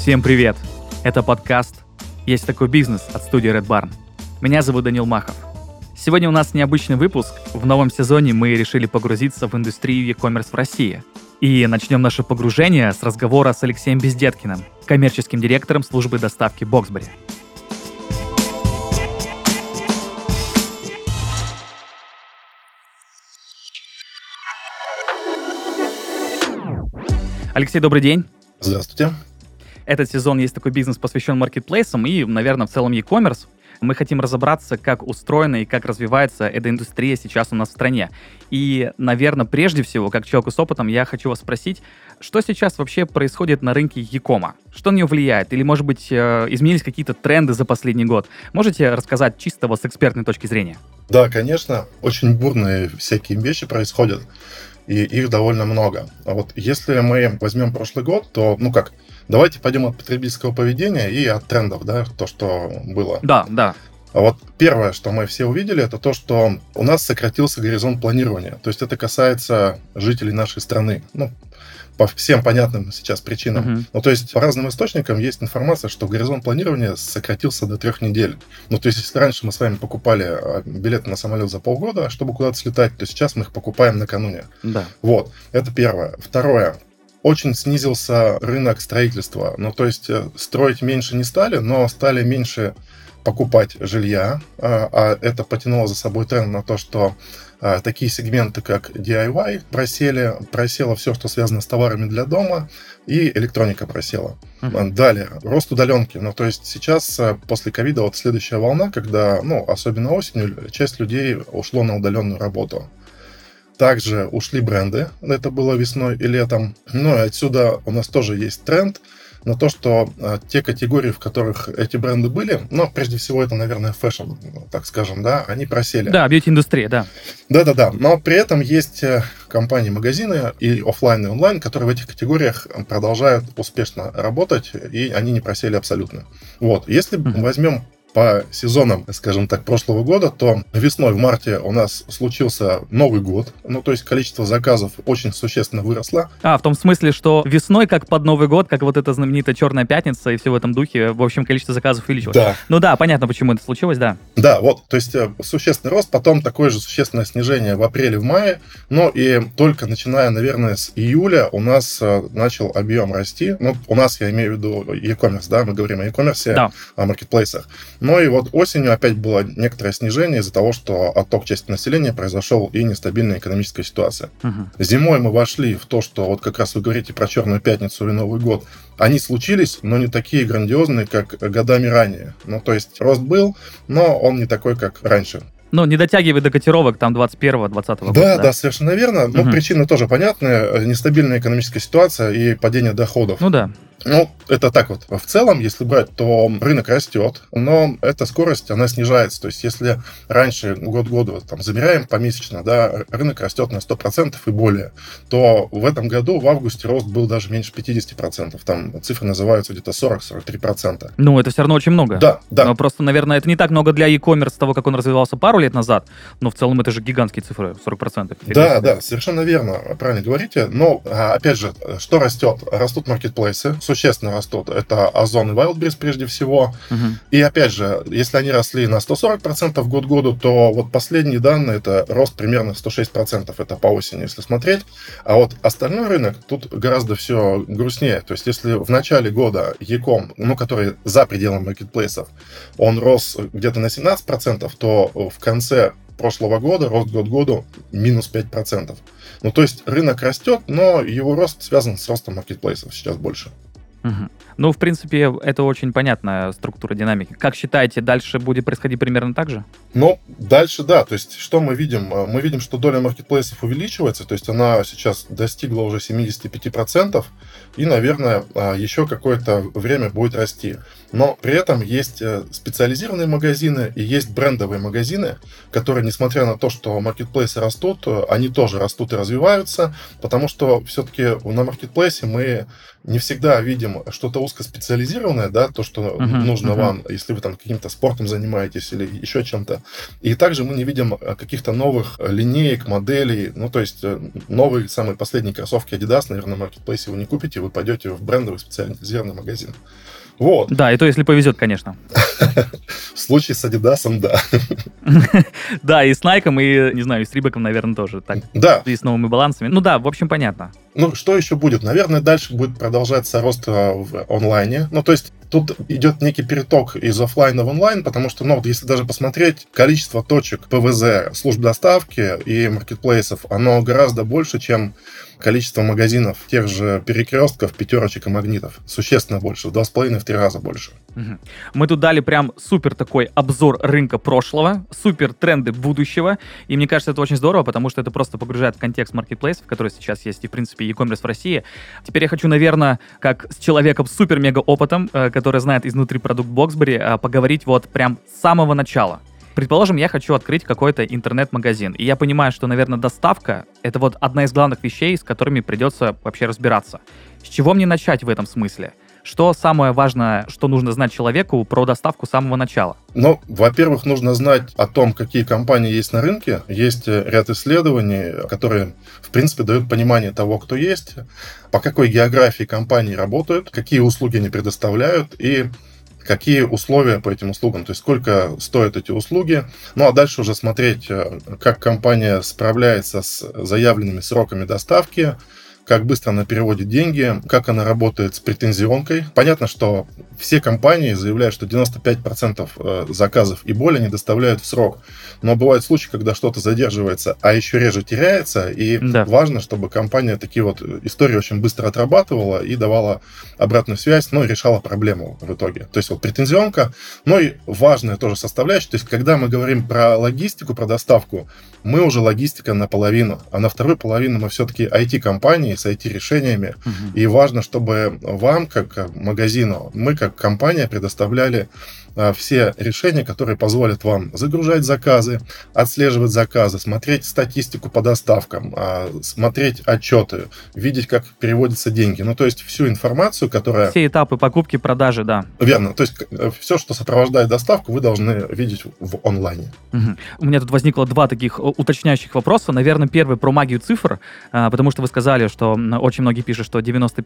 Всем привет! Это подкаст «Есть такой бизнес» от студии Red Barn. Меня зовут Данил Махов. Сегодня у нас необычный выпуск. В новом сезоне мы решили погрузиться в индустрию e-commerce в России. И начнем наше погружение с разговора с Алексеем Бездеткиным, коммерческим директором службы доставки Боксбери. Алексей, добрый день. Здравствуйте. Этот сезон «Есть такой бизнес» посвящен маркетплейсам и, наверное, в целом e-commerce. Мы хотим разобраться, как устроена и как развивается эта индустрия сейчас у нас в стране. И, наверное, прежде всего, как человеку с опытом, я хочу вас спросить, что сейчас вообще происходит на рынке e-кома? Что на нее влияет? Или, может быть, изменились какие-то тренды за последний год? Можете рассказать чисто с экспертной точки зрения? Да, конечно, очень бурные всякие вещи происходят, и их довольно много. А вот если мы возьмем прошлый год, то, давайте пойдем от потребительского поведения и от трендов, да, то, что было. Да. А вот первое, что мы все увидели, это то, что у нас сократился горизонт планирования. То есть это касается жителей нашей страны. По всем понятным сейчас причинам. То есть по разным источникам есть информация, что горизонт планирования сократился до 3 недель. То есть если раньше мы с вами покупали билеты на самолет за полгода, чтобы куда-то слетать, то сейчас мы их покупаем накануне. Да. Вот, это первое. Второе. Очень снизился рынок строительства. То есть строить меньше не стали, но стали меньше покупать жилья. А это потянуло за собой тренд на то, что такие сегменты, как DIY, просело все, что связано с товарами для дома, и электроника просела. Далее, рост удаленки. То есть сейчас, после ковида, следующая волна, когда, особенно осенью, часть людей ушло на удаленную работу. Также ушли бренды, это было весной и летом. И отсюда у нас тоже есть тренд на то, что те категории, в которых эти бренды были, прежде всего это, наверное, фэшн, так скажем, да, они просели. Да, бьюти-индустрия, да. Да. Но при этом есть компании, магазины и офлайн, и онлайн, которые в этих категориях продолжают успешно работать, и они не просели абсолютно. Вот, если возьмем по сезонам, скажем так, прошлого года, то весной, в марте у нас случился Новый год. То есть количество заказов очень существенно выросло. В том смысле, что весной, как под Новый год, как вот эта знаменитая Черная пятница и все в этом духе, в общем, количество заказов увеличилось. Да. Понятно, почему это случилось, да. Да, то есть существенный рост, потом такое же существенное снижение в апреле, в мае, и только начиная, наверное, с июля у нас начал объем расти. У нас, я имею в виду e-commerce, да, мы говорим о e-commerce, да. О маркетплейсах. И осенью опять было некоторое снижение из-за того, что отток части населения произошел и нестабильная экономическая ситуация. Зимой мы вошли в то, что как раз вы говорите про Черную пятницу и Новый год. Они случились, но не такие грандиозные, как годами ранее. То есть рост был, но он не такой, как раньше. Не дотягивает до котировок там 21-20 года. Да, совершенно верно. Причины тоже понятны. Нестабильная экономическая ситуация и падение доходов. Да. Это так вот. В целом, если брать, то рынок растет, но эта скорость, она снижается. То есть, если раньше год к году замеряем помесячно, да, рынок растет на 100% и более, то в этом году, в августе, рост был даже меньше 50%. Там цифры называются где-то 40-43%. Это все равно очень много. Да. Но просто, наверное, это не так много для e-commerce того, как он развивался пару лет назад, но в целом это же гигантские цифры, 40%. Да, совершенно верно, правильно говорите. Но, опять же, что растет? Растут маркетплейсы, существенно растут. Это Озон и Wildberries прежде всего. И опять же, если они росли на 140% год к году, то последние данные, это рост примерно 106%. Это по осени, если смотреть. А остальной рынок, тут гораздо все грустнее. То есть, если в начале года e-com, который за пределами маркетплейсов, он рос где-то на 17%, то в конце прошлого года рост год к году минус 5%. То есть рынок растет, но его рост связан с ростом маркетплейсов сейчас больше. В принципе, это очень понятная структура динамики. Как считаете, дальше будет происходить примерно так же? Дальше, да. То есть, что мы видим? Мы видим, что доля маркетплейсов увеличивается, то есть, она сейчас достигла уже 75%, и, наверное, еще какое-то время будет расти. Но при этом есть специализированные магазины и есть брендовые магазины, которые, несмотря на то, что маркетплейсы растут, они тоже растут и развиваются, потому что все-таки на маркетплейсе мы не всегда видим что-то узкоспециализированное, да, то, что нужно вам, если вы там каким-то спортом занимаетесь или еще чем-то. И также мы не видим каких-то новых линеек, моделей. Ну, то есть новые, самые последние кроссовки Adidas, наверное, на маркетплейсе вы не купите, вы пойдете в брендовый специализированный магазин. Вот. Да, и то, если повезет, конечно. В случае с Adidas, да. Да, и с Nike, и, не знаю, и с Рибаком, наверное, тоже так. Да. И с новыми балансами. Ну да, в общем, понятно. Ну, что еще будет? Наверное, дальше будет продолжаться рост в онлайне. Ну, то есть тут идет некий переток из офлайна в онлайн, потому что, ну, вот если даже посмотреть, количество точек ПВЗ, служб доставки и маркетплейсов, оно гораздо больше, чем количество магазинов, тех же перекрестков, пятерочек и магнитов. Существенно больше, в 2,5-3 раза больше. Мы тут дали прям супер такой обзор рынка прошлого, супер тренды будущего, и мне кажется, это очень здорово, потому что это просто погружает в контекст маркетплейсов, который сейчас есть, и, в принципе, e-commerce в России. Теперь я хочу, наверное, как с человеком с супер-мега-опытом, который знает изнутри продукт Блоксбери, поговорить вот прям с самого начала. Предположим, я хочу открыть какой-то интернет-магазин, и я понимаю, что, наверное, доставка — это вот одна из главных вещей, с которыми придется вообще разбираться. С чего мне начать в этом смысле? Что самое важное, что нужно знать человеку про доставку с самого начала? Ну, во-первых, нужно знать о том, какие компании есть на рынке. Есть ряд исследований, которые, в принципе, дают понимание того, кто есть, по какой географии компании работают, какие услуги они предоставляют и какие условия по этим услугам, то есть сколько стоят эти услуги. Ну, а дальше уже смотреть, как компания справляется с заявленными сроками доставки, как быстро она переводит деньги, как она работает с претензионкой. Понятно, что все компании заявляют, что 95% заказов и более они доставляют в срок. Но бывают случаи, когда что-то задерживается, а еще реже теряется. И важно, чтобы компания такие вот истории очень быстро отрабатывала и давала обратную связь, но и решала проблему в итоге. То есть вот претензионка, но и важная тоже составляющая. То есть когда мы говорим про логистику, про доставку, мы уже логистика наполовину, а на вторую половину мы все-таки IT-компании с IT-решениями. И важно, чтобы вам, как магазину, мы как компания предоставляли все решения, которые позволят вам загружать заказы, отслеживать заказы, смотреть статистику по доставкам, смотреть отчеты, видеть, как переводятся деньги. Ну, то есть всю информацию, которая... Все этапы покупки, продажи, да. Верно. То есть все, что сопровождает доставку, вы должны видеть в онлайне. У меня тут возникло два таких уточняющих вопроса. Наверное, первый про магию цифр, потому что вы сказали, что очень многие пишут, что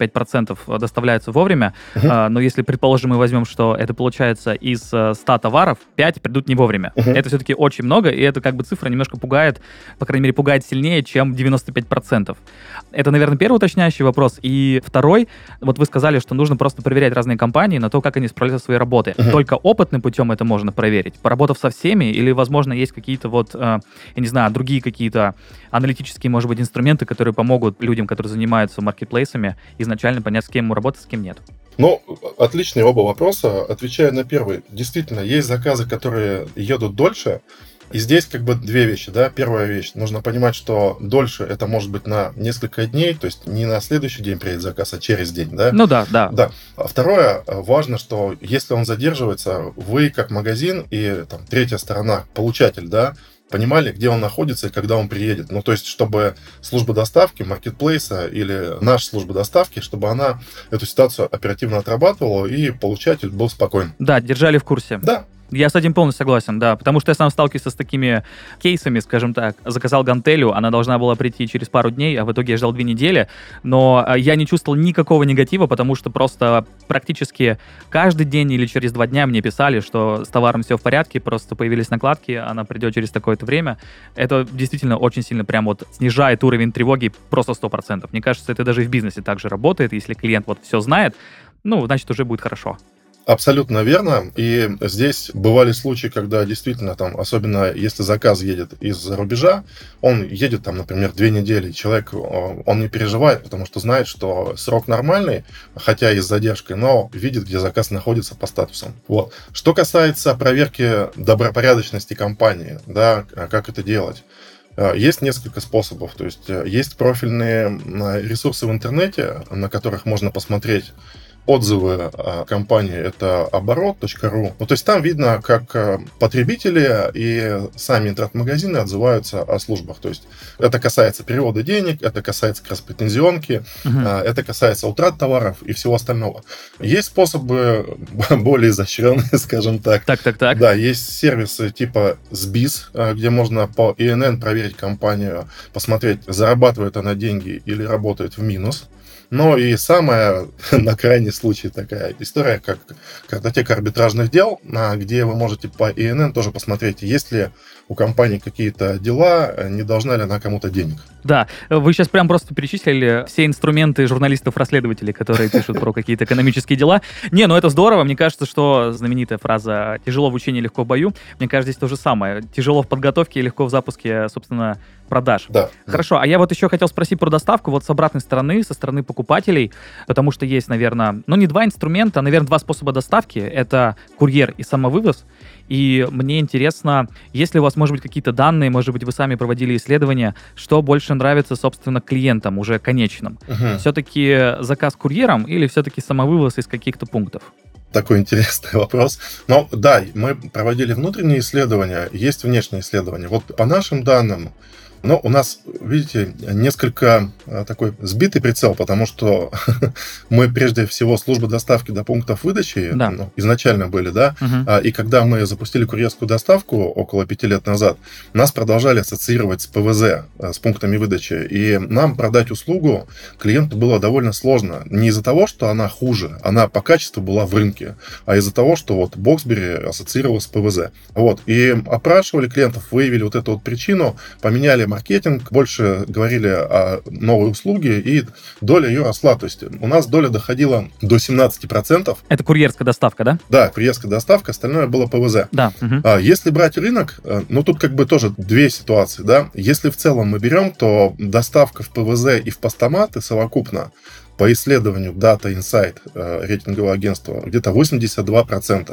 95% доставляются вовремя, но если, предположим, мы возьмем, что это получается из 100 товаров, 5 придут не вовремя. Это все-таки очень много, и это как бы цифра немножко пугает, по крайней мере, пугает сильнее, чем 95%. Это, наверное, первый уточняющий вопрос. И второй, вот вы сказали, что нужно просто проверять разные компании на то, как они справляются со своей работой. Только опытным путем это можно проверить, поработав со всеми, или, возможно, есть какие-то вот, я не знаю, другие какие-то аналитические, может быть, инструменты, которые помогут людям, которые занимаются маркетплейсами, изначально понять, с кем ему работать, с кем нет. Ну, отличные оба вопроса. Отвечая на первый, действительно, есть заказы, которые едут дольше, и здесь как бы две вещи, да. Первая вещь, нужно понимать, что дольше это может быть на несколько дней, то есть не на следующий день приедет заказ, а через день, да. Ну да. Да. А второе, важно, что если он задерживается, вы как магазин и там третья сторона, получатель, да, понимали, где он находится и когда он приедет. Ну, то есть, чтобы служба доставки, маркетплейса или наша служба доставки, чтобы она эту ситуацию оперативно отрабатывала и получатель был спокоен. Да, держали в курсе. Да. Я с этим полностью согласен, да, потому что я сам сталкивался с такими кейсами, скажем так. Заказал гантелю, она должна была прийти через пару дней, а в итоге я ждал 2 недели, но я не чувствовал никакого негатива, потому что просто практически каждый день или через 2 дня мне писали, что с товаром все в порядке, просто появились накладки, она придет через такое-то время. Это действительно очень сильно прям вот снижает уровень тревоги просто 100%. Мне кажется, это даже и в бизнесе также работает, если клиент вот все знает, ну, значит, уже будет хорошо. Абсолютно верно. И здесь бывали случаи, когда действительно там, особенно если заказ едет из-за рубежа, он едет там, например, 2 недели, человек, он не переживает, потому что знает, что срок нормальный, хотя и с задержкой, но видит, где заказ находится по статусам. Вот. Что касается проверки добропорядочности компании, да, как это делать? Есть несколько способов, то есть есть профильные ресурсы в интернете, на которых можно посмотреть отзывы о компании, это оборот.ру. Ну, то есть там видно, как потребители и сами интернет-магазины отзываются о службах. То есть это касается перевода денег, это касается как раз претензионки, это касается утрат товаров и всего остального. Есть способы более изощренные, скажем так. Так. Да, есть сервисы типа SBIS, где можно по ИНН проверить компанию, посмотреть, зарабатывает она деньги или работает в минус. Но и самая, на крайний случай, такая история, как картотека арбитражных дел, где вы можете по ИНН тоже посмотреть, есть ли у компании какие-то дела, не должна ли она кому-то денег. Да, вы сейчас прям просто перечислили все инструменты журналистов-расследователей, которые пишут про какие-то экономические дела. Не, ну это здорово. Мне кажется, что знаменитая фраза «тяжело в учении, легко в бою», мне кажется, здесь то же самое. Тяжело в подготовке и легко в запуске, собственно, продаж. Да. Хорошо, а я вот еще хотел спросить про доставку вот с обратной стороны, со стороны покупателей, потому что есть, наверное, ну не два инструмента, а, наверное, два способа доставки. Это курьер и самовывоз. И мне интересно, есть ли у вас, может быть, какие-то данные, может быть, вы сами проводили исследования, что больше нравится, собственно, клиентам, уже конечным? Все-таки заказ курьером или все-таки самовывоз из каких-то пунктов? Такой интересный вопрос. Но да, мы проводили внутренние исследования, есть внешние исследования. Вот по нашим данным, но у нас, видите, несколько такой сбитый прицел, потому что мы прежде всего служба доставки до пунктов выдачи изначально были, да, и когда мы запустили курьерскую доставку около 5 лет назад, нас продолжали ассоциировать с ПВЗ, с пунктами выдачи, и нам продать услугу клиенту было довольно сложно. Не из-за того, что она хуже, она по качеству была в рынке, а из-за того, что вот Боксбери ассоциировалась с ПВЗ. Вот, и опрашивали клиентов, выявили вот эту вот причину, поменяли маркетинг, больше говорили о новой услуге, и доля ее росла. То есть у нас доля доходила до 17%. Это курьерская доставка, да? Да, курьерская доставка, остальное было ПВЗ. Да. Если брать рынок, ну тут как бы тоже две ситуации, да. Если в целом мы берем, то доставка в ПВЗ и в постаматы совокупно по исследованию Data Insight рейтингового агентства где-то 82%.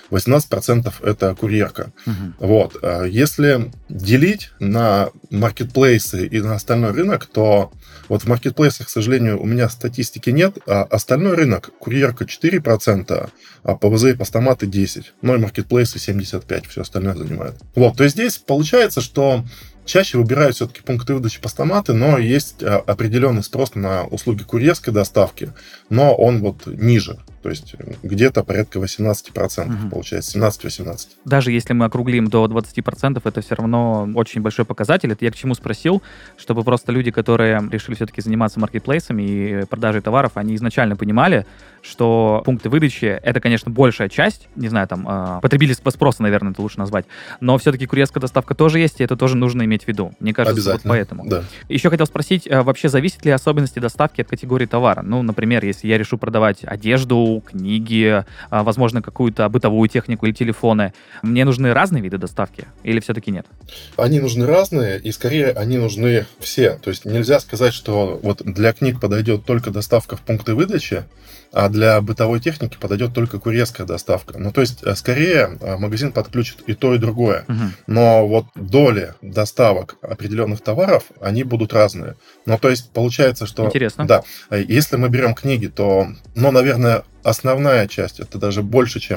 18% это курьерка. Вот. Если делить на маркетплейсы и на остальной рынок, то вот в маркетплейсах, к сожалению, у меня статистики нет, а остальной рынок, курьерка 4%, а ПВЗ и постаматы 10%. Ну и маркетплейсы 75%, все остальное занимают. Вот, то есть здесь получается, что чаще выбирают все-таки пункты выдачи постаматы, но есть определенный спрос на услуги курьерской доставки, но он вот ниже. То есть где-то порядка 18%, получается, 17-18%. Даже если мы округлим до 20%, это все равно очень большой показатель. Это я к чему спросил, чтобы просто люди, которые решили все-таки заниматься маркетплейсами и продажей товаров, они изначально понимали, что пункты выдачи — это, конечно, большая часть, не знаю, там, потребительского спроса, наверное, это лучше назвать, но все-таки курьерская доставка тоже есть, и это тоже нужно иметь в виду. Мне кажется, вот поэтому. Да. Еще хотел спросить, вообще зависят ли особенности доставки от категории товара? Ну, например, если я решу продавать одежду, книги, возможно, какую-то бытовую технику или телефоны, мне нужны разные виды доставки или все-таки нет? Они нужны разные, и скорее они нужны все. То есть нельзя сказать, что вот для книг подойдет только доставка в пункты выдачи, а для бытовой техники подойдет только курьерская доставка. Ну, то есть, скорее, магазин подключит и то, и другое. Но вот доли доставок определенных товаров, они будут разные. Ну, то есть, получается, что... Интересно. Да. Если мы берем книги, то, ну, наверное, основная часть, это даже больше, чем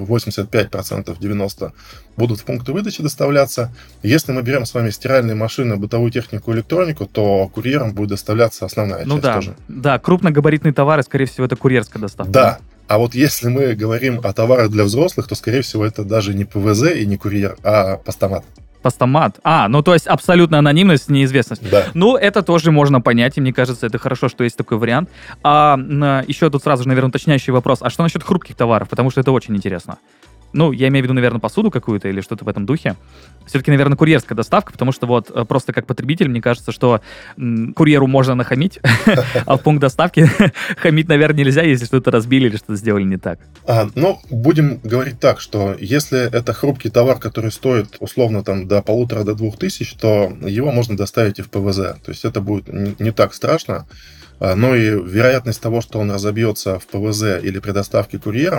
85%, 90% будут в пункты выдачи доставляться. Если мы берем с вами стиральные машины, бытовую технику, электронику, то курьером будет доставляться основная часть тоже. Да, крупногабаритные товары, скорее всего, это курьерская доставка. Да. А вот если мы говорим о товарах для взрослых, то, скорее всего, это даже не ПВЗ и не курьер, а постамат. Постамат. Ну то есть абсолютная анонимность, неизвестность. Да. Ну, это тоже можно понять, и мне кажется, это хорошо, что есть такой вариант. Еще тут сразу же, наверное, уточняющий вопрос. А что насчет хрупких товаров? Потому что это очень интересно. Ну, я имею в виду, наверное, посуду какую-то или что-то в этом духе. Все-таки, наверное, курьерская доставка, потому что вот просто как потребитель, мне кажется, что курьеру можно нахамить, а в пункт доставки хамить, наверное, нельзя, если что-то разбили или что-то сделали не так. Ну, будем говорить так, что если это хрупкий товар, который стоит условно там до 1500-2000, то его можно доставить и в ПВЗ. То есть это будет не так страшно. Но и вероятность того, что он разобьется в ПВЗ или при доставке курьером,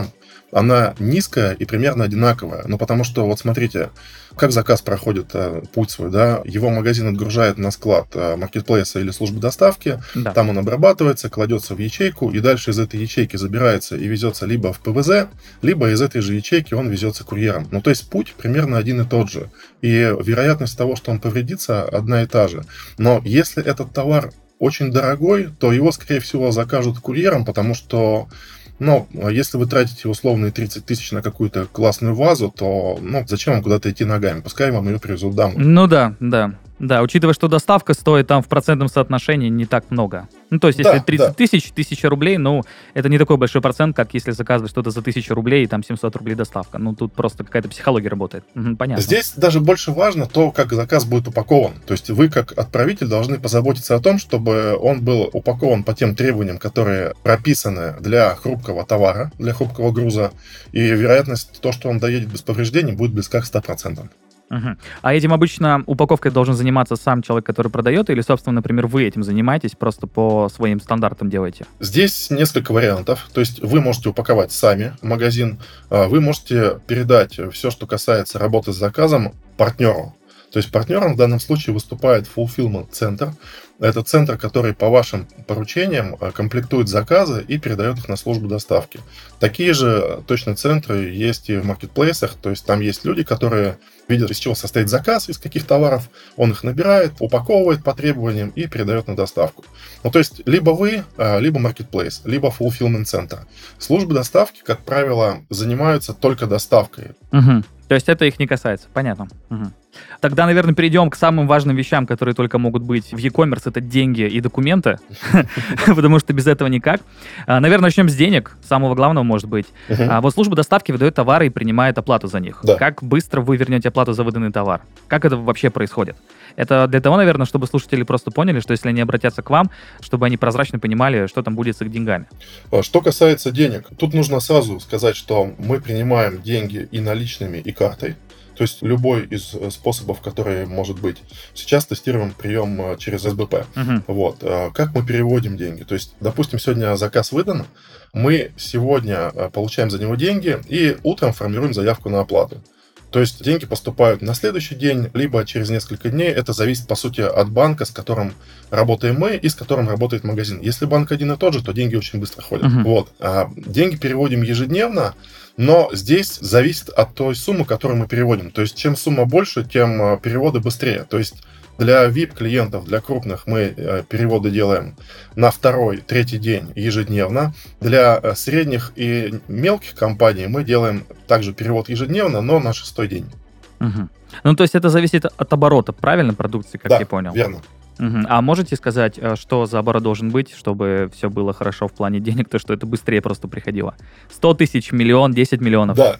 она низкая и примерно одинаковая. Ну, потому что, вот смотрите, как заказ проходит путь свой, да, его магазин отгружает на склад маркетплейса или службы доставки, Да. там он обрабатывается, кладется в ячейку, и дальше из этой ячейки забирается и везется либо в ПВЗ, либо из этой же ячейки он везется курьером. Ну, то есть путь примерно один и тот же. И вероятность того, что он повредится, одна и та же. Но если этот товар очень дорогой, то его, скорее всего, закажут курьером, потому что, ну, если вы тратите условные 30 тысяч на какую-то классную вазу, то, ну, зачем вам куда-то идти ногами? Пускай вам ее привезут домой. Ну да, да. Да, учитывая, что доставка стоит там в процентном соотношении не так много. Ну, то есть, если Да, 30 тысяч, 1000 рублей, ну, это не такой большой процент, как если заказывать что-то за 1000 рублей и там 700 рублей доставка. Ну, тут просто какая-то психология работает. Понятно. Здесь даже больше важно то, как заказ будет упакован. То есть вы, как отправитель, должны позаботиться о том, чтобы он был упакован по тем требованиям, которые прописаны для хрупкого товара, для хрупкого груза, и вероятность то, что он доедет без повреждений, будет близка к 100%. Мгм. А этим обычно упаковкой должен заниматься сам человек, который продает, или, собственно, например, вы этим занимаетесь, просто по своим стандартам делаете? Здесь несколько вариантов. То есть вы можете упаковать сами магазин, вы можете передать все, что касается работы с заказом, партнеру. То есть партнером в данном случае выступает Fulfillment центр. Это центр, который по вашим поручениям комплектует заказы и передает их на службу доставки. Такие же точно центры есть и в маркетплейсах. То есть там есть люди, которые видят, из чего состоит заказ, из каких товаров. Он их набирает, упаковывает по требованиям и передает на доставку. Ну, то есть либо вы, либо маркетплейс, либо Fulfillment центр. Службы доставки, как правило, занимаются только доставкой. Мгм. То есть это их не касается, понятно. Мгм. Тогда, наверное, перейдем к самым важным вещам, которые только могут быть в e-commerce. Это деньги и документы, потому что без этого никак. Наверное, начнем с денег, самого главного, может быть. Вот служба доставки выдает товары и принимает оплату за них. Да. Как быстро вы вернете оплату за выданный товар? Как это вообще происходит? Это для того, наверное, чтобы слушатели просто поняли, что если они обратятся к вам, чтобы они прозрачно понимали, что там будет с их деньгами. Что касается денег, тут нужно сразу сказать, что мы принимаем деньги и наличными, и картой. То есть любой из способов, который может быть. Сейчас тестируем прием через СБП. Мгм. Вот. Как мы переводим деньги? То есть, допустим, сегодня заказ выдан, мы сегодня получаем за него деньги и утром формируем заявку на оплату. То есть деньги поступают на следующий день, либо через несколько дней. Это зависит, по сути, от банка, с которым работаем мы и с которым работает магазин. Если банк один и тот же, то деньги очень быстро ходят. Мгм. Вот. Деньги переводим ежедневно, но здесь зависит от той суммы, которую мы переводим. То есть чем сумма больше, тем переводы быстрее. То есть для VIP-клиентов, для крупных мы переводы делаем на второй, третий день ежедневно. Для средних и мелких компаний мы делаем также перевод ежедневно, но на 6-й день. Мгм. Ну, то есть это зависит от оборота, правильно, продукции, как Да, я понял? верно. Мгм. А можете сказать, что за оборот должен быть, чтобы все было хорошо в плане денег, то что это быстрее просто приходило? 100 тысяч, миллион, 10 миллионов? Да.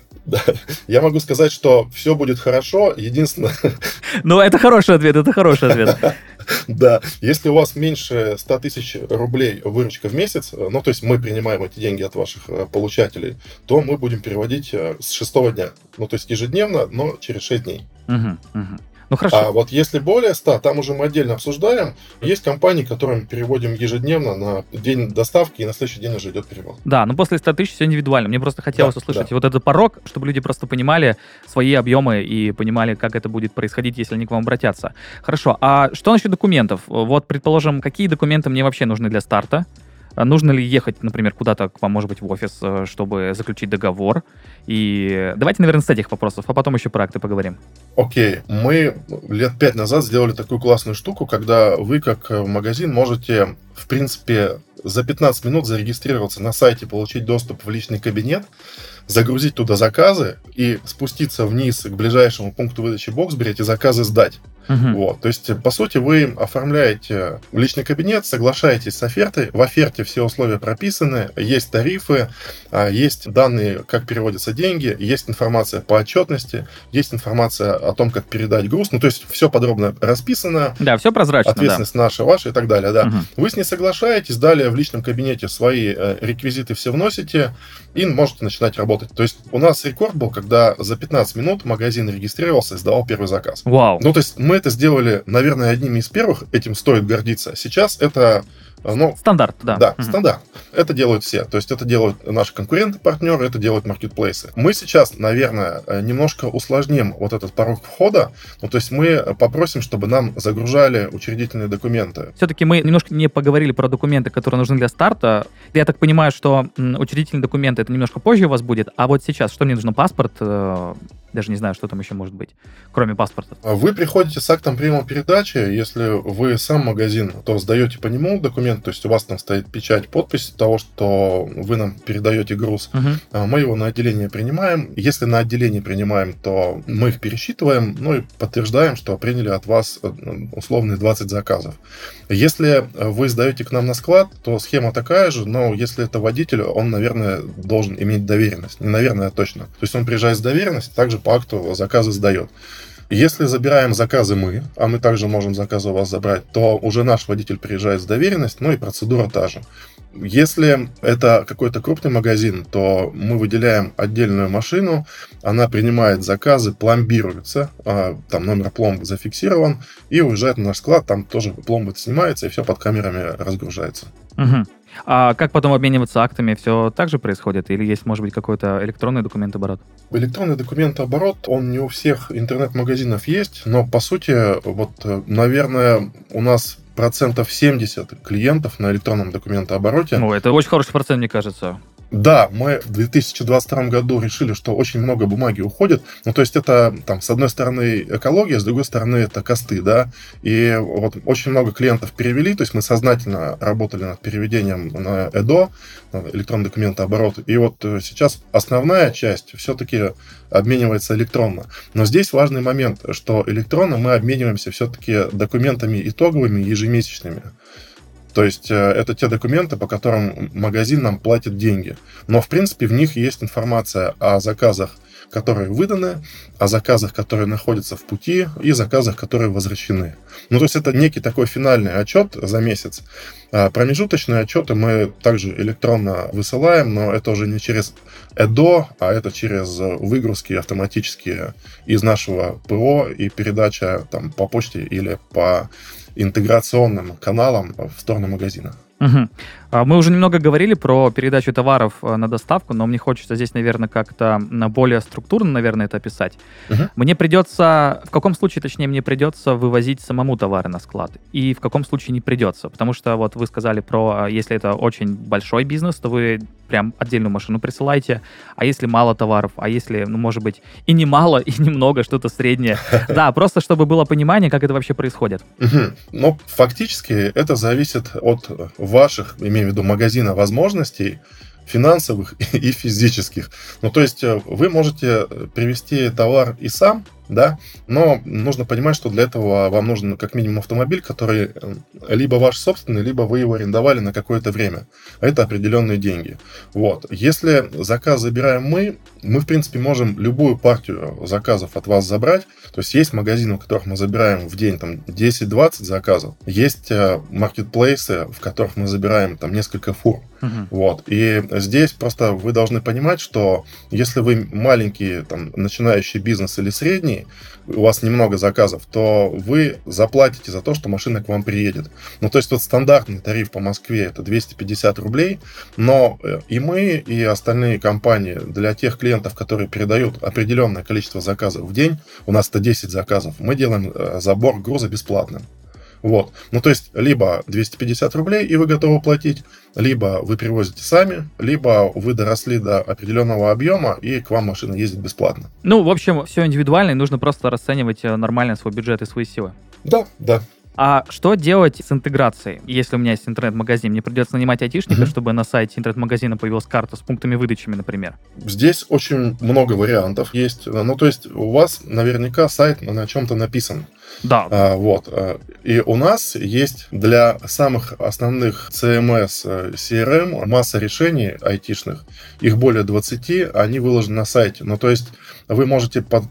Я могу сказать, что все будет хорошо. Единственное, Ну, это хороший ответ, это хороший ответ. да, если у вас меньше 100 тысяч рублей выручка в месяц, ну, то есть мы принимаем эти деньги от ваших получателей, то мы будем переводить с 6-го дня. Ну, то есть ежедневно, но через 6 дней. Мгм, мгм. Ну, хорошо. А вот если более 100, там уже мы отдельно обсуждаем. Есть компании, которым переводим ежедневно на день доставки, и на следующий день уже идет перевод. Да, но после 100 тысяч все индивидуально. Мне просто хотелось Да, услышать вот этот порог, чтобы люди просто понимали свои объемы и понимали, как это будет происходить, если они к вам обратятся. Хорошо, а что насчет документов? Вот, предположим, какие документы мне вообще нужны для старта? Нужно ли ехать, например, куда-то к вам, может быть, в офис, чтобы заключить договор? И давайте, наверное, с этих вопросов, а потом еще про акты поговорим. Окей, мы лет 5 назад сделали такую классную штуку, когда вы, как магазин, можете, в принципе, за 15 минут зарегистрироваться на сайте, получить доступ в личный кабинет, загрузить туда заказы и спуститься вниз к ближайшему пункту выдачи Боксбери, эти заказы сдать. Мгм. Вот. То есть, по сути, вы оформляете личный кабинет, соглашаетесь с офертой, в оферте все условия прописаны, есть тарифы, есть данные, как переводятся деньги, есть информация по отчетности, есть информация о том, как передать груз. Ну, то есть, все подробно расписано, Да, все прозрачно, да. ответственность наша, ваша и так далее, да. Мгм. Вы с ней соглашаетесь, далее в личном кабинете свои реквизиты все вносите и можете начинать работать. То есть, у нас рекорд был, когда за 15 минут магазин регистрировался и сдавал первый заказ. Вау. Ну, то есть мы это сделали, наверное, одними из первых, этим стоит гордиться. Сейчас это Стандарт, да. Да, стандарт. Это делают все. То есть это делают наши конкуренты, партнеры, это делают маркетплейсы. Мы сейчас, наверное, немножко усложним вот этот порог входа. То есть мы попросим, чтобы нам загружали учредительные документы. Все-таки мы немножко не поговорили про документы, которые нужны для старта. Я так понимаю, что учредительные документы это немножко позже у вас будет, а вот сейчас что мне нужно? Паспорт? Даже не знаю, что там еще может быть, кроме паспорта. Вы приходите с актом приема передачи. Если вы сам магазин, то сдаете по нему документ, то есть у вас там стоит печать, подпись того, что вы нам передаете груз. Мы его на отделение принимаем. Если на отделение принимаем, то мы их пересчитываем, и подтверждаем, что приняли от вас условные 20 заказов. Если вы сдаете к нам на склад, то схема такая же, но если это водитель, он, наверное, должен иметь доверенность. Не наверное, а точно. То есть он приезжает с доверенностью, также по акту заказы сдает. Если забираем заказы мы, а мы также можем заказы у вас забрать, то уже наш водитель приезжает с доверенностью, и процедура та же. Если это какой-то крупный магазин, то мы выделяем отдельную машину, она принимает заказы, пломбируется, там номер пломбы зафиксирован, и уезжает на наш склад, там тоже пломба снимается, и все под камерами разгружается. А как потом обмениваться актами? Все так же происходит? Или есть, может быть, какой-то электронный документооборот? Электронный документооборот, он не у всех интернет-магазинов есть, но, по сути, наверное, у нас 70% клиентов на электронном документообороте. Это очень хороший процент, мне кажется. Да, мы в 2022 году решили, что очень много бумаги уходит. То есть это, с одной стороны, экология, с другой стороны, это косты, да. И очень много клиентов перевели, то есть мы сознательно работали над переведением на ЭДО, на электронный документооборот. И сейчас основная часть все-таки обменивается электронно. Но здесь важный момент, что электронно мы обмениваемся все-таки документами итоговыми, ежемесячными. То есть это те документы, по которым магазин нам платит деньги. Но, в принципе, в них есть информация о заказах, которые выданы, о заказах, которые находятся в пути, и заказах, которые возвращены. То есть это некий такой финальный отчет за месяц. Промежуточные отчеты мы также электронно высылаем, но это уже не через ЭДО, а это через выгрузки автоматические из нашего ПО и передача по почте или по интеграционным каналам в сторону магазина. Мы уже немного говорили про передачу товаров на доставку, но мне хочется здесь, наверное, как-то более структурно, наверное, это описать. Мне придется, в каком случае, точнее, мне придется вывозить самому товары на склад, и в каком случае не придется, потому что вы сказали про, если это очень большой бизнес, то вы прям отдельную машину присылаете, а если мало товаров, а если, может быть, и не мало, и немного, что-то среднее. Да, просто чтобы было понимание, как это вообще происходит. Фактически это зависит от ваших, имею в виду магазина, возможностей финансовых и физических. То есть вы можете привезти товар и сам, да, но нужно понимать, что для этого вам нужен как минимум автомобиль, который либо ваш собственный, либо вы его арендовали на какое-то время. Это определенные деньги. Если заказ забираем мы, в принципе, можем любую партию заказов от вас забрать. То есть есть магазины, у которых мы забираем в день 10-20 заказов. Есть маркетплейсы, в которых мы забираем несколько фур. И здесь просто вы должны понимать, что если вы маленький начинающий бизнес или средний, у вас немного заказов, то вы заплатите за то, что машина к вам приедет. То есть стандартный тариф по Москве это 250 рублей, но и мы, и остальные компании для тех клиентов, которые передают определенное количество заказов в день, у нас это 10 заказов, мы делаем забор груза бесплатным. То есть либо 250 рублей, и вы готовы платить, либо вы привозите сами, либо вы доросли до определенного объема, и к вам машина ездит бесплатно. В общем, все индивидуально, и нужно просто расценивать нормально свой бюджет и свои силы. Да. А что делать с интеграцией? Если у меня есть интернет-магазин, мне придется нанимать айтишника, чтобы на сайте интернет-магазина появилась карта с пунктами выдачами, например? Здесь очень много вариантов есть. То есть у вас наверняка сайт на чем-то написан. Да. И у нас есть для самых основных CMS, CRM масса решений айтишных. Их более 20, они выложены на сайте. То есть вы можете под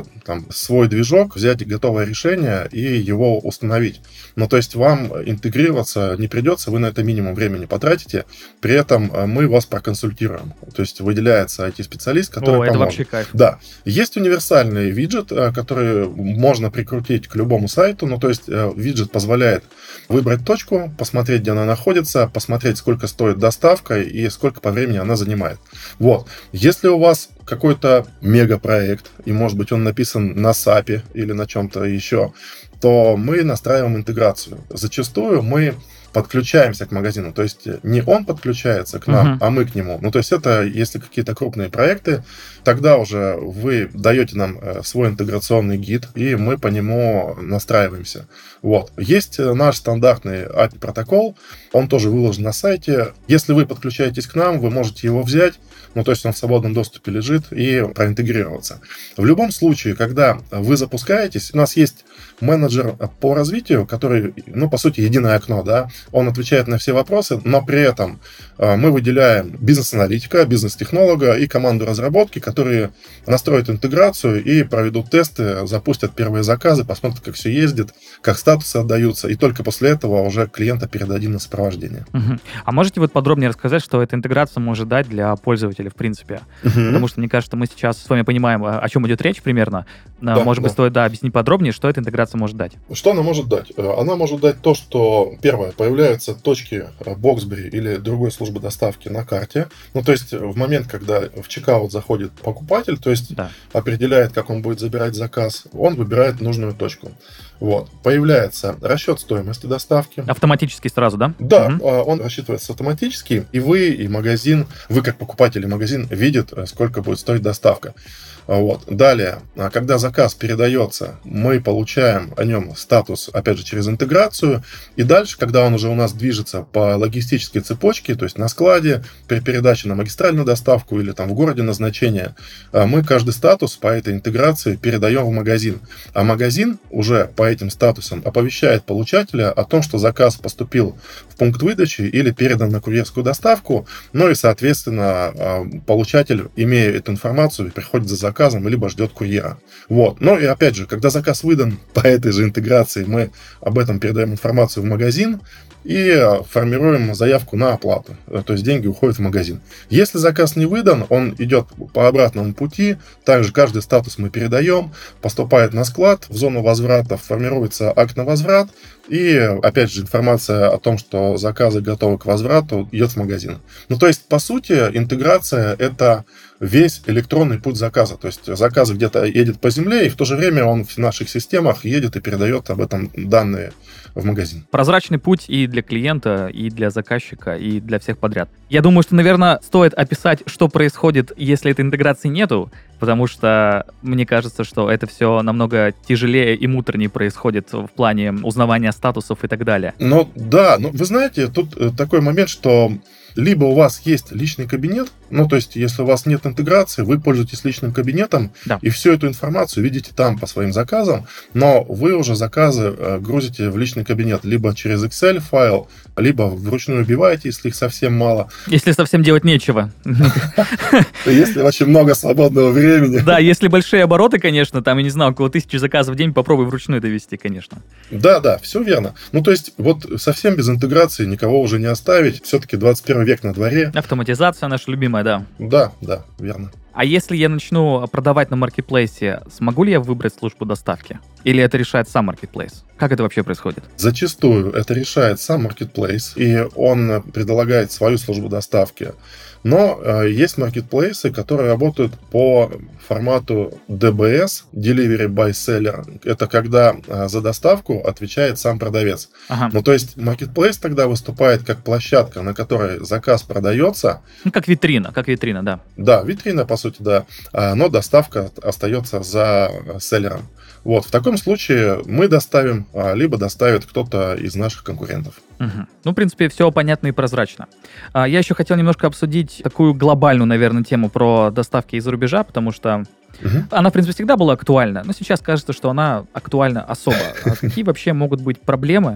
свой движок взять готовое решение и его установить. Ну, то есть вам интегрироваться не придется, вы на это минимум времени потратите, при этом мы вас проконсультируем. То есть выделяется IT-специалист, который поможет. Это вообще кайф. Да. Есть универсальный виджет, который можно прикрутить к любому сайту. Ну, то есть виджет позволяет выбрать точку, посмотреть, где она находится, посмотреть, сколько стоит доставка и сколько по времени она занимает. Вот. Если у вас какой-то мегапроект, и, может быть, он написан на SAP или на чем-то еще, то мы настраиваем интеграцию. Зачастую мы подключаемся к магазину. То есть не он подключается к нам, а мы к нему. Ну, то есть это, если какие-то крупные проекты, тогда уже вы даете нам свой интеграционный гид, и мы по нему настраиваемся. Вот. Есть наш стандартный API-протокол, он тоже выложен на сайте. Если вы подключаетесь к нам, вы можете его взять, ну, то есть он в свободном доступе лежит, и проинтегрироваться. В любом случае, когда вы запускаетесь, у нас есть менеджер по развитию, который, ну, по сути, единое окно, да, он отвечает на все вопросы, но при этом мы выделяем бизнес-аналитика, бизнес-технолога и команду разработки, которые настроят интеграцию и проведут тесты, запустят первые заказы, посмотрят, как все ездит, как статусы отдаются, и только после этого уже клиента передадим на сопровождение. А можете вот подробнее рассказать, что эта интеграция может дать для пользователя в принципе? Потому что, мне кажется, мы сейчас с вами понимаем, о чем идет речь примерно. Может быть, стоит объяснить подробнее, что эта интеграция может дать. Что она может дать? Она может дать то, что, первое, появляются точки Боксбери или другой службы доставки на карте. Ну, то есть в момент, когда в чекаут заходит покупатель, то есть определяет, как он будет забирать заказ, он выбирает нужную точку. Вот. Появляется расчет стоимости доставки. Автоматически сразу, да? Да, он рассчитывается автоматически, и вы, и магазин, вы как покупатель и магазин видят, сколько будет стоить доставка. Вот. Далее, когда заказ передается, мы получаем о нем статус, опять же, через интеграцию. И дальше, когда он уже у нас движется по логистической цепочке, то есть на складе, при передаче на магистральную доставку или там в городе назначения, мы каждый статус по этой интеграции передаем в магазин. А магазин уже по этим статусам оповещает получателя о том, что заказ поступил в пункт выдачи или передан на курьерскую доставку. Ну и, соответственно, получатель, имея эту информацию, приходит за заказом, либо ждет курьера. Вот. Ну и опять же, когда заказ выдан по этой же интеграции, мы об этом передаем информацию в магазин и формируем заявку на оплату. То есть деньги уходят в магазин. Если заказ не выдан, он идет по обратному пути. Также каждый статус мы передаем, поступает на склад, в зону возврата формируется акт на возврат. И, опять же, информация о том, что заказы готовы к возврату, идет в магазин. Ну, то есть, по сути, интеграция – это весь электронный путь заказа. То есть, заказ где-то едет по земле, и в то же время он в наших системах едет и передает об этом данные в магазин. Прозрачный путь и для клиента, и для заказчика, и для всех подряд. Я думаю, что, наверное, стоит описать, что происходит, если этой интеграции нету, потому что мне кажется, что это все намного тяжелее и муторнее происходит в плане узнавания статусов и так далее. Ну да, вы знаете, тут такой момент, что либо у вас есть личный кабинет, ну, то есть, если у вас нет интеграции, вы пользуетесь личным кабинетом, и всю эту информацию видите там по своим заказам, но вы уже заказы грузите в личный кабинет либо через Excel файл, либо вручную убиваете, если их совсем мало. Если совсем делать нечего. Если очень много свободного времени. Да, если большие обороты, конечно, там, я не знаю, около 1000 заказов в день, попробуй вручную довести, конечно. Да, все верно. Ну, то есть, вот совсем без интеграции никого уже не оставить. Все-таки 21 век на дворе. Автоматизация наша любимая, да. Да, верно. А если я начну продавать на маркетплейсе, смогу ли я выбрать службу доставки? Или это решает сам маркетплейс? Как это вообще происходит? Зачастую это решает сам маркетплейс, и он предлагает свою службу доставки. Но есть маркетплейсы, которые работают по формату DBS, Delivery by Seller. Это когда за доставку отвечает сам продавец. Ну, то есть маркетплейс тогда выступает как площадка, на которой заказ продается. Ну, как витрина, да. Да, витрина, по сути, да. Но доставка остается за селлером. Вот, в таком случае мы доставим, либо доставит кто-то из наших конкурентов. Ну, в принципе, все понятно и прозрачно. Я еще хотел немножко обсудить такую глобальную, наверное, тему про доставки из-за рубежа, потому что она, в принципе, всегда была актуальна, но сейчас кажется, что она актуальна особо. Какие вообще могут быть проблемы,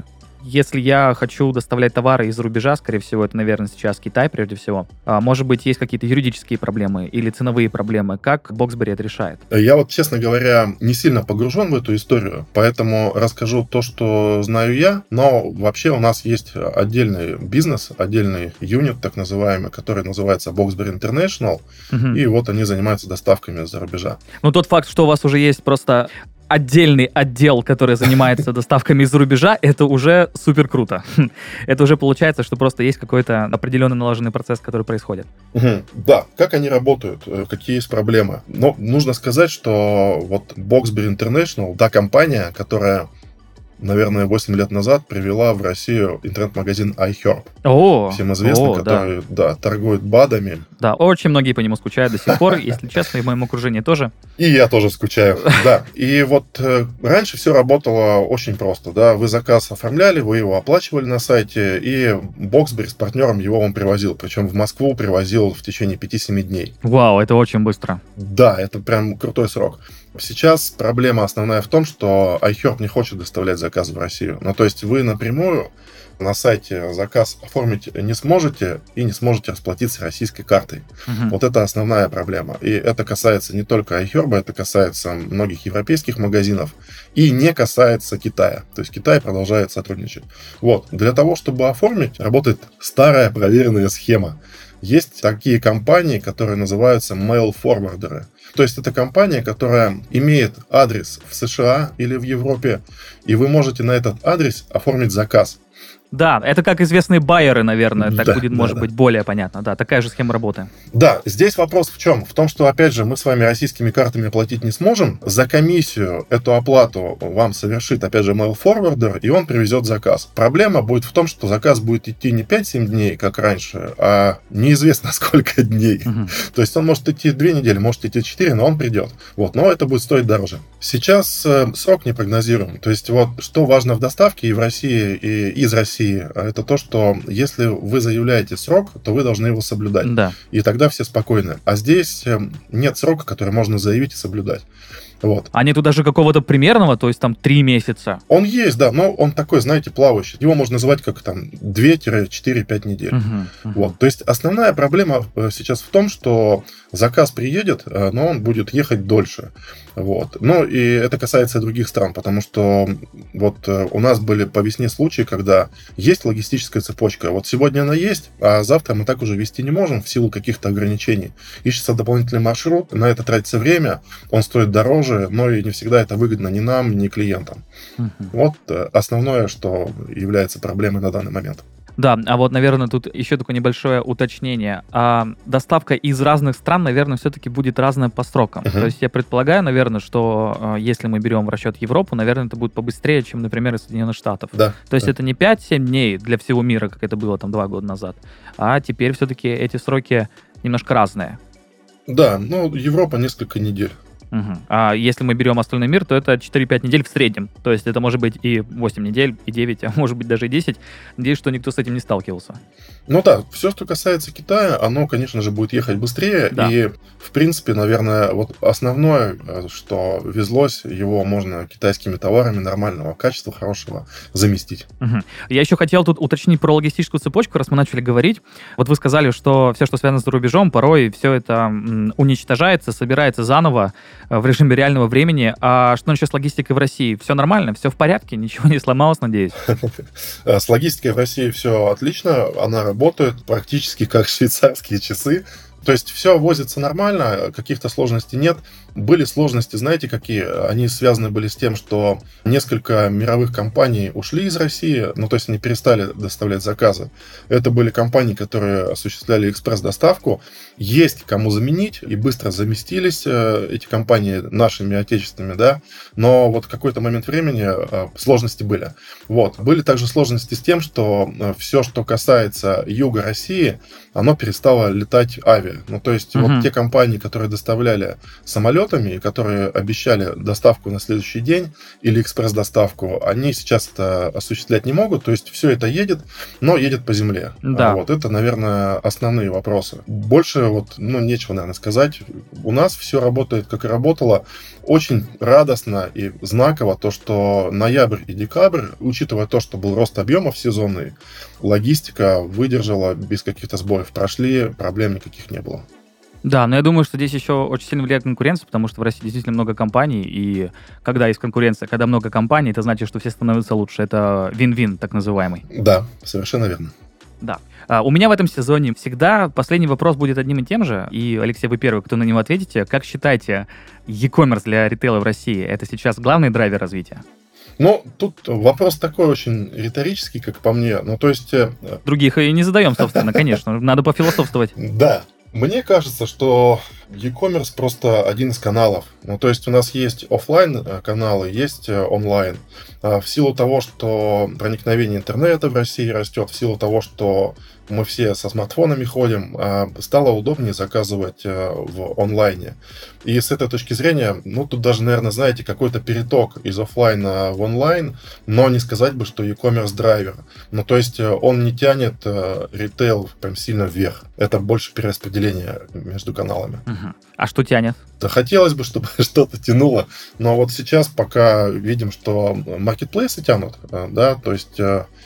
Если я хочу доставлять товары из-за рубежа, скорее всего, это, наверное, сейчас Китай прежде всего. Может быть, есть какие-то юридические проблемы или ценовые проблемы. Как Boxberry это решает? Я вот, честно говоря, не сильно погружен в эту историю, поэтому расскажу то, что знаю я, но вообще у нас есть отдельный бизнес, отдельный юнит, так называемый, который называется Boxberry International, и вот они занимаются доставками из-за рубежа. Ну, тот факт, что у вас уже есть просто отдельный отдел, который занимается доставками из-за рубежа, это уже супер круто. Это уже получается, что просто есть какой-то определенный налаженный процесс, который происходит. Да, как они работают, какие есть проблемы. Но нужно сказать, что вот Boxberry International, та компания, которая, наверное, 8 лет назад привела в Россию интернет-магазин iHerb. Всем известно, который торгует БАДами. Да, очень многие по нему скучают до сих пор, если честно, и в моем окружении тоже. И я тоже скучаю, да. И вот раньше все работало очень просто, да. Вы заказ оформляли, вы его оплачивали на сайте, и Boxberry с партнером его вам привозил. Причем в Москву привозил в течение 5-7 дней. Вау, это очень быстро. Да, это прям крутой срок. Сейчас проблема основная в том, что iHerb не хочет доставлять заказы в Россию. Ну, то есть вы напрямую на сайте заказ оформить не сможете и не сможете расплатиться российской картой. Вот это основная проблема. И это касается не только iHerb, это касается многих европейских магазинов и не касается Китая. То есть Китай продолжает сотрудничать. Вот. Для того, чтобы оформить, работает старая проверенная схема. Есть такие компании, которые называются mail-форвардеры. То есть это компания, которая имеет адрес в США или в Европе, и вы можете на этот адрес оформить заказ. Да, это как известные байеры, наверное, так будет, может быть, более понятно. Да, такая же схема работы. Да, здесь вопрос в чем? В том, что, опять же, мы с вами российскими картами платить не сможем. За комиссию эту оплату вам совершит, опять же, mail-форвардер, и он привезет заказ. Проблема будет в том, что заказ будет идти не 5-7 дней, как раньше, а неизвестно сколько дней. То есть он может идти 2 недели, может идти 4, но он придет. Вот, но это будет стоить дороже. Сейчас срок не прогнозируем. То есть вот что важно в доставке и в России, и из России, это то, что если вы заявляете срок, то вы должны его соблюдать. Да. И тогда все спокойны. А здесь нет срока, который можно заявить и соблюдать. Вот. А нету даже какого-то примерного, то есть там 3 месяца? Он есть, да, но он такой, знаете, плавающий. Его можно называть как там 2-4-5 недель. Вот. То есть основная проблема сейчас в том, что заказ приедет, но он будет ехать дольше. Вот. Ну, и это касается и других стран, потому что вот у нас были по весне случаи, когда есть логистическая цепочка. Вот сегодня она есть, а завтра мы так уже вести не можем в силу каких-то ограничений. Ищется дополнительный маршрут, на это тратится время, он стоит дороже, но и не всегда это выгодно ни нам, ни клиентам. Вот основное, что является проблемой на данный момент. Да, а вот, наверное, тут еще такое небольшое уточнение. Доставка из разных стран, наверное, все-таки будет разная по срокам. То есть я предполагаю, наверное, что если мы берем в расчет Европу, наверное, это будет побыстрее, чем, например, из Соединенных Штатов. Да. То есть это не 5-7 дней для всего мира, как это было там 2 года назад, а теперь все-таки эти сроки немножко разные. Да, ну, Европа несколько недель. А если мы берем остальной мир, то это 4-5 недель в среднем. То есть это может быть и 8 недель, и 9, а может быть даже и 10. Надеюсь, что никто с этим не сталкивался. Ну да, все, что касается Китая, оно, конечно же, будет ехать быстрее. Да. И, в принципе, наверное, вот основное, что везлось, его можно китайскими товарами нормального качества, хорошего, заместить. Я еще хотел тут уточнить про логистическую цепочку, раз мы начали говорить. Вот вы сказали, что все, что связано с рубежом, порой все это уничтожается, собирается заново в режиме реального времени. А что насчет с логистикой в России? Все нормально? Все в порядке? Ничего не сломалось, надеюсь? С логистикой в России все отлично. Она работает практически как швейцарские часы. То есть все возится нормально, каких-то сложностей нет. Были сложности, знаете, какие? Они связаны были с тем, что несколько мировых компаний ушли из России, ну, то есть они перестали доставлять заказы. Это были компании, которые осуществляли экспресс-доставку. Есть кому заменить, и быстро заместились эти компании нашими отечественными, да, но вот в какой-то момент времени сложности были. Вот. Были также сложности с тем, что все, что касается юга России, оно перестало летать авиа. работали. Ну, то есть вот те компании, которые доставляли самолетами и которые обещали доставку на следующий день или экспресс-доставку, они сейчас это осуществлять не могут. То есть все это едет, но едет по земле. Да. Вот это, наверное, основные вопросы. Больше вот, нечего, наверное, сказать. У нас все работает, как и работало. Очень радостно и знаково то, что ноябрь и декабрь, учитывая то, что был рост объемов сезонный, логистика выдержала без каких-то сбоев. Прошли, проблем никаких не было. Да, но я думаю, что здесь еще очень сильно влияет конкуренция, потому что в России действительно много компаний, и когда есть конкуренция, когда много компаний, это значит, что все становятся лучше. Это вин-вин, так называемый. Да, совершенно верно. Да. У меня в этом сезоне всегда последний вопрос будет одним и тем же, и, Алексей, вы первый, кто на него ответите. Как считаете, e-commerce для ритейла в России — это сейчас главный драйвер развития? Тут вопрос такой очень риторический, как по мне. То есть... Других и не задаем, собственно, конечно. Надо пофилософствовать. Да. Мне кажется, что e-commerce просто один из каналов. То есть у нас есть офлайн каналы, есть онлайн. В силу того, что проникновение интернета в России растет, в силу того, что мы все со смартфонами ходим, стало удобнее заказывать в онлайне. И с этой точки зрения, тут даже, наверное, знаете, какой-то переток из офлайна в онлайн, но не сказать бы, что e-commerce драйвер. То есть он не тянет ритейл прям сильно вверх. Это больше перераспределение между каналами. А что тянет? Да, хотелось бы, чтобы что-то тянуло, но вот сейчас пока видим, что маркетплейсы тянут, да, то есть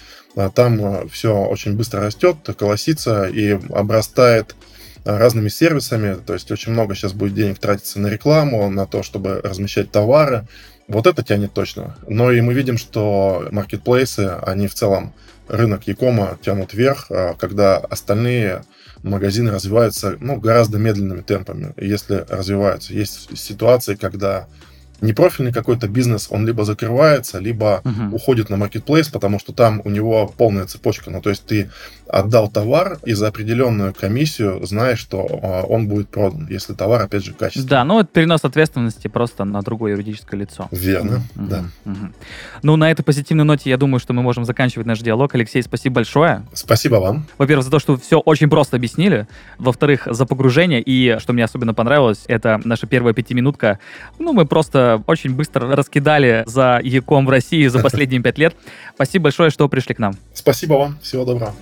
там все очень быстро растет, колосится и обрастает разными сервисами, то есть очень много сейчас будет денег тратиться на рекламу, на то, чтобы размещать товары. Вот это тянет точно. Но и мы видим, что маркетплейсы, они в целом рынок e-кома тянут вверх, когда остальные магазины развиваются гораздо медленными темпами, если развиваются. Есть ситуации, когда непрофильный какой-то бизнес, он либо закрывается, либо уходит на маркетплейс, потому что там у него полная цепочка. То есть ты отдал товар и за определенную комиссию знаешь, что он будет продан, если товар, опять же, качественный. Да, это перенос ответственности просто на другое юридическое лицо. Верно, да. На этой позитивной ноте, я думаю, что мы можем заканчивать наш диалог. Алексей, спасибо большое. Спасибо вам. Во-первых, за то, что все очень просто объяснили. Во-вторых, за погружение. И, что мне особенно понравилось, это наша первая 5-минутка. Мы просто очень быстро раскидали за e-com в России за последние 5 лет. Спасибо большое, что пришли к нам. Спасибо вам. Всего доброго.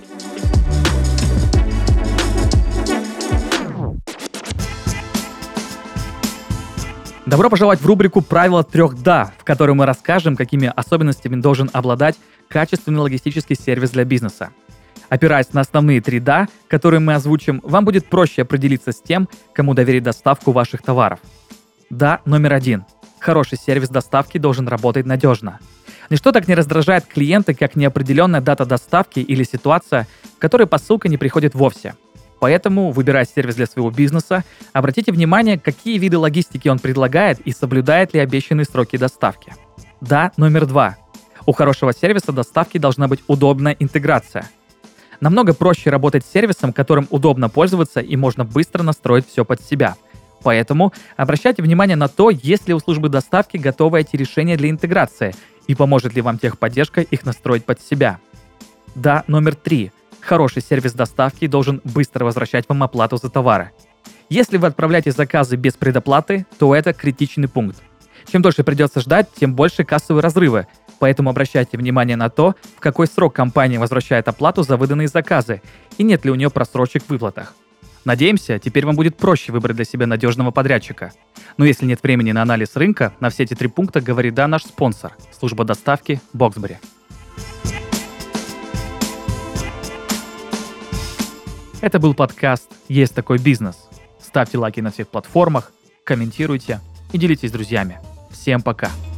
Добро пожаловать в рубрику «Правила 3 Да», в которой мы расскажем, какими особенностями должен обладать качественный логистический сервис для бизнеса. Опираясь на основные 3 «Да», которые мы озвучим, вам будет проще определиться с тем, кому доверить доставку ваших товаров. Да, номер 1. Хороший сервис доставки должен работать надежно. Ничто так не раздражает клиента, как неопределенная дата доставки или ситуация, в которой посылка не приходит вовсе. Поэтому, выбирая сервис для своего бизнеса, обратите внимание, какие виды логистики он предлагает и соблюдает ли обещанные сроки доставки. Да, номер 2. У хорошего сервиса доставки должна быть удобная интеграция. Намного проще работать с сервисом, которым удобно пользоваться и можно быстро настроить все под себя. Поэтому обращайте внимание на то, есть ли у службы доставки готовые IT-решения для интеграции и поможет ли вам техподдержка их настроить под себя. Да, номер 3. Хороший сервис доставки должен быстро возвращать вам оплату за товары. Если вы отправляете заказы без предоплаты, то это критичный пункт. Чем дольше придется ждать, тем больше кассовые разрывы, поэтому обращайте внимание на то, в какой срок компания возвращает оплату за выданные заказы и нет ли у нее просрочек в выплатах. Надеемся, теперь вам будет проще выбрать для себя надежного подрядчика. Но если нет времени на анализ рынка, на все эти 3 пункта говорит да наш спонсор – служба доставки Boxberry. Это был подкаст «Есть такой бизнес». Ставьте лайки на всех платформах, комментируйте и делитесь с друзьями. Всем пока!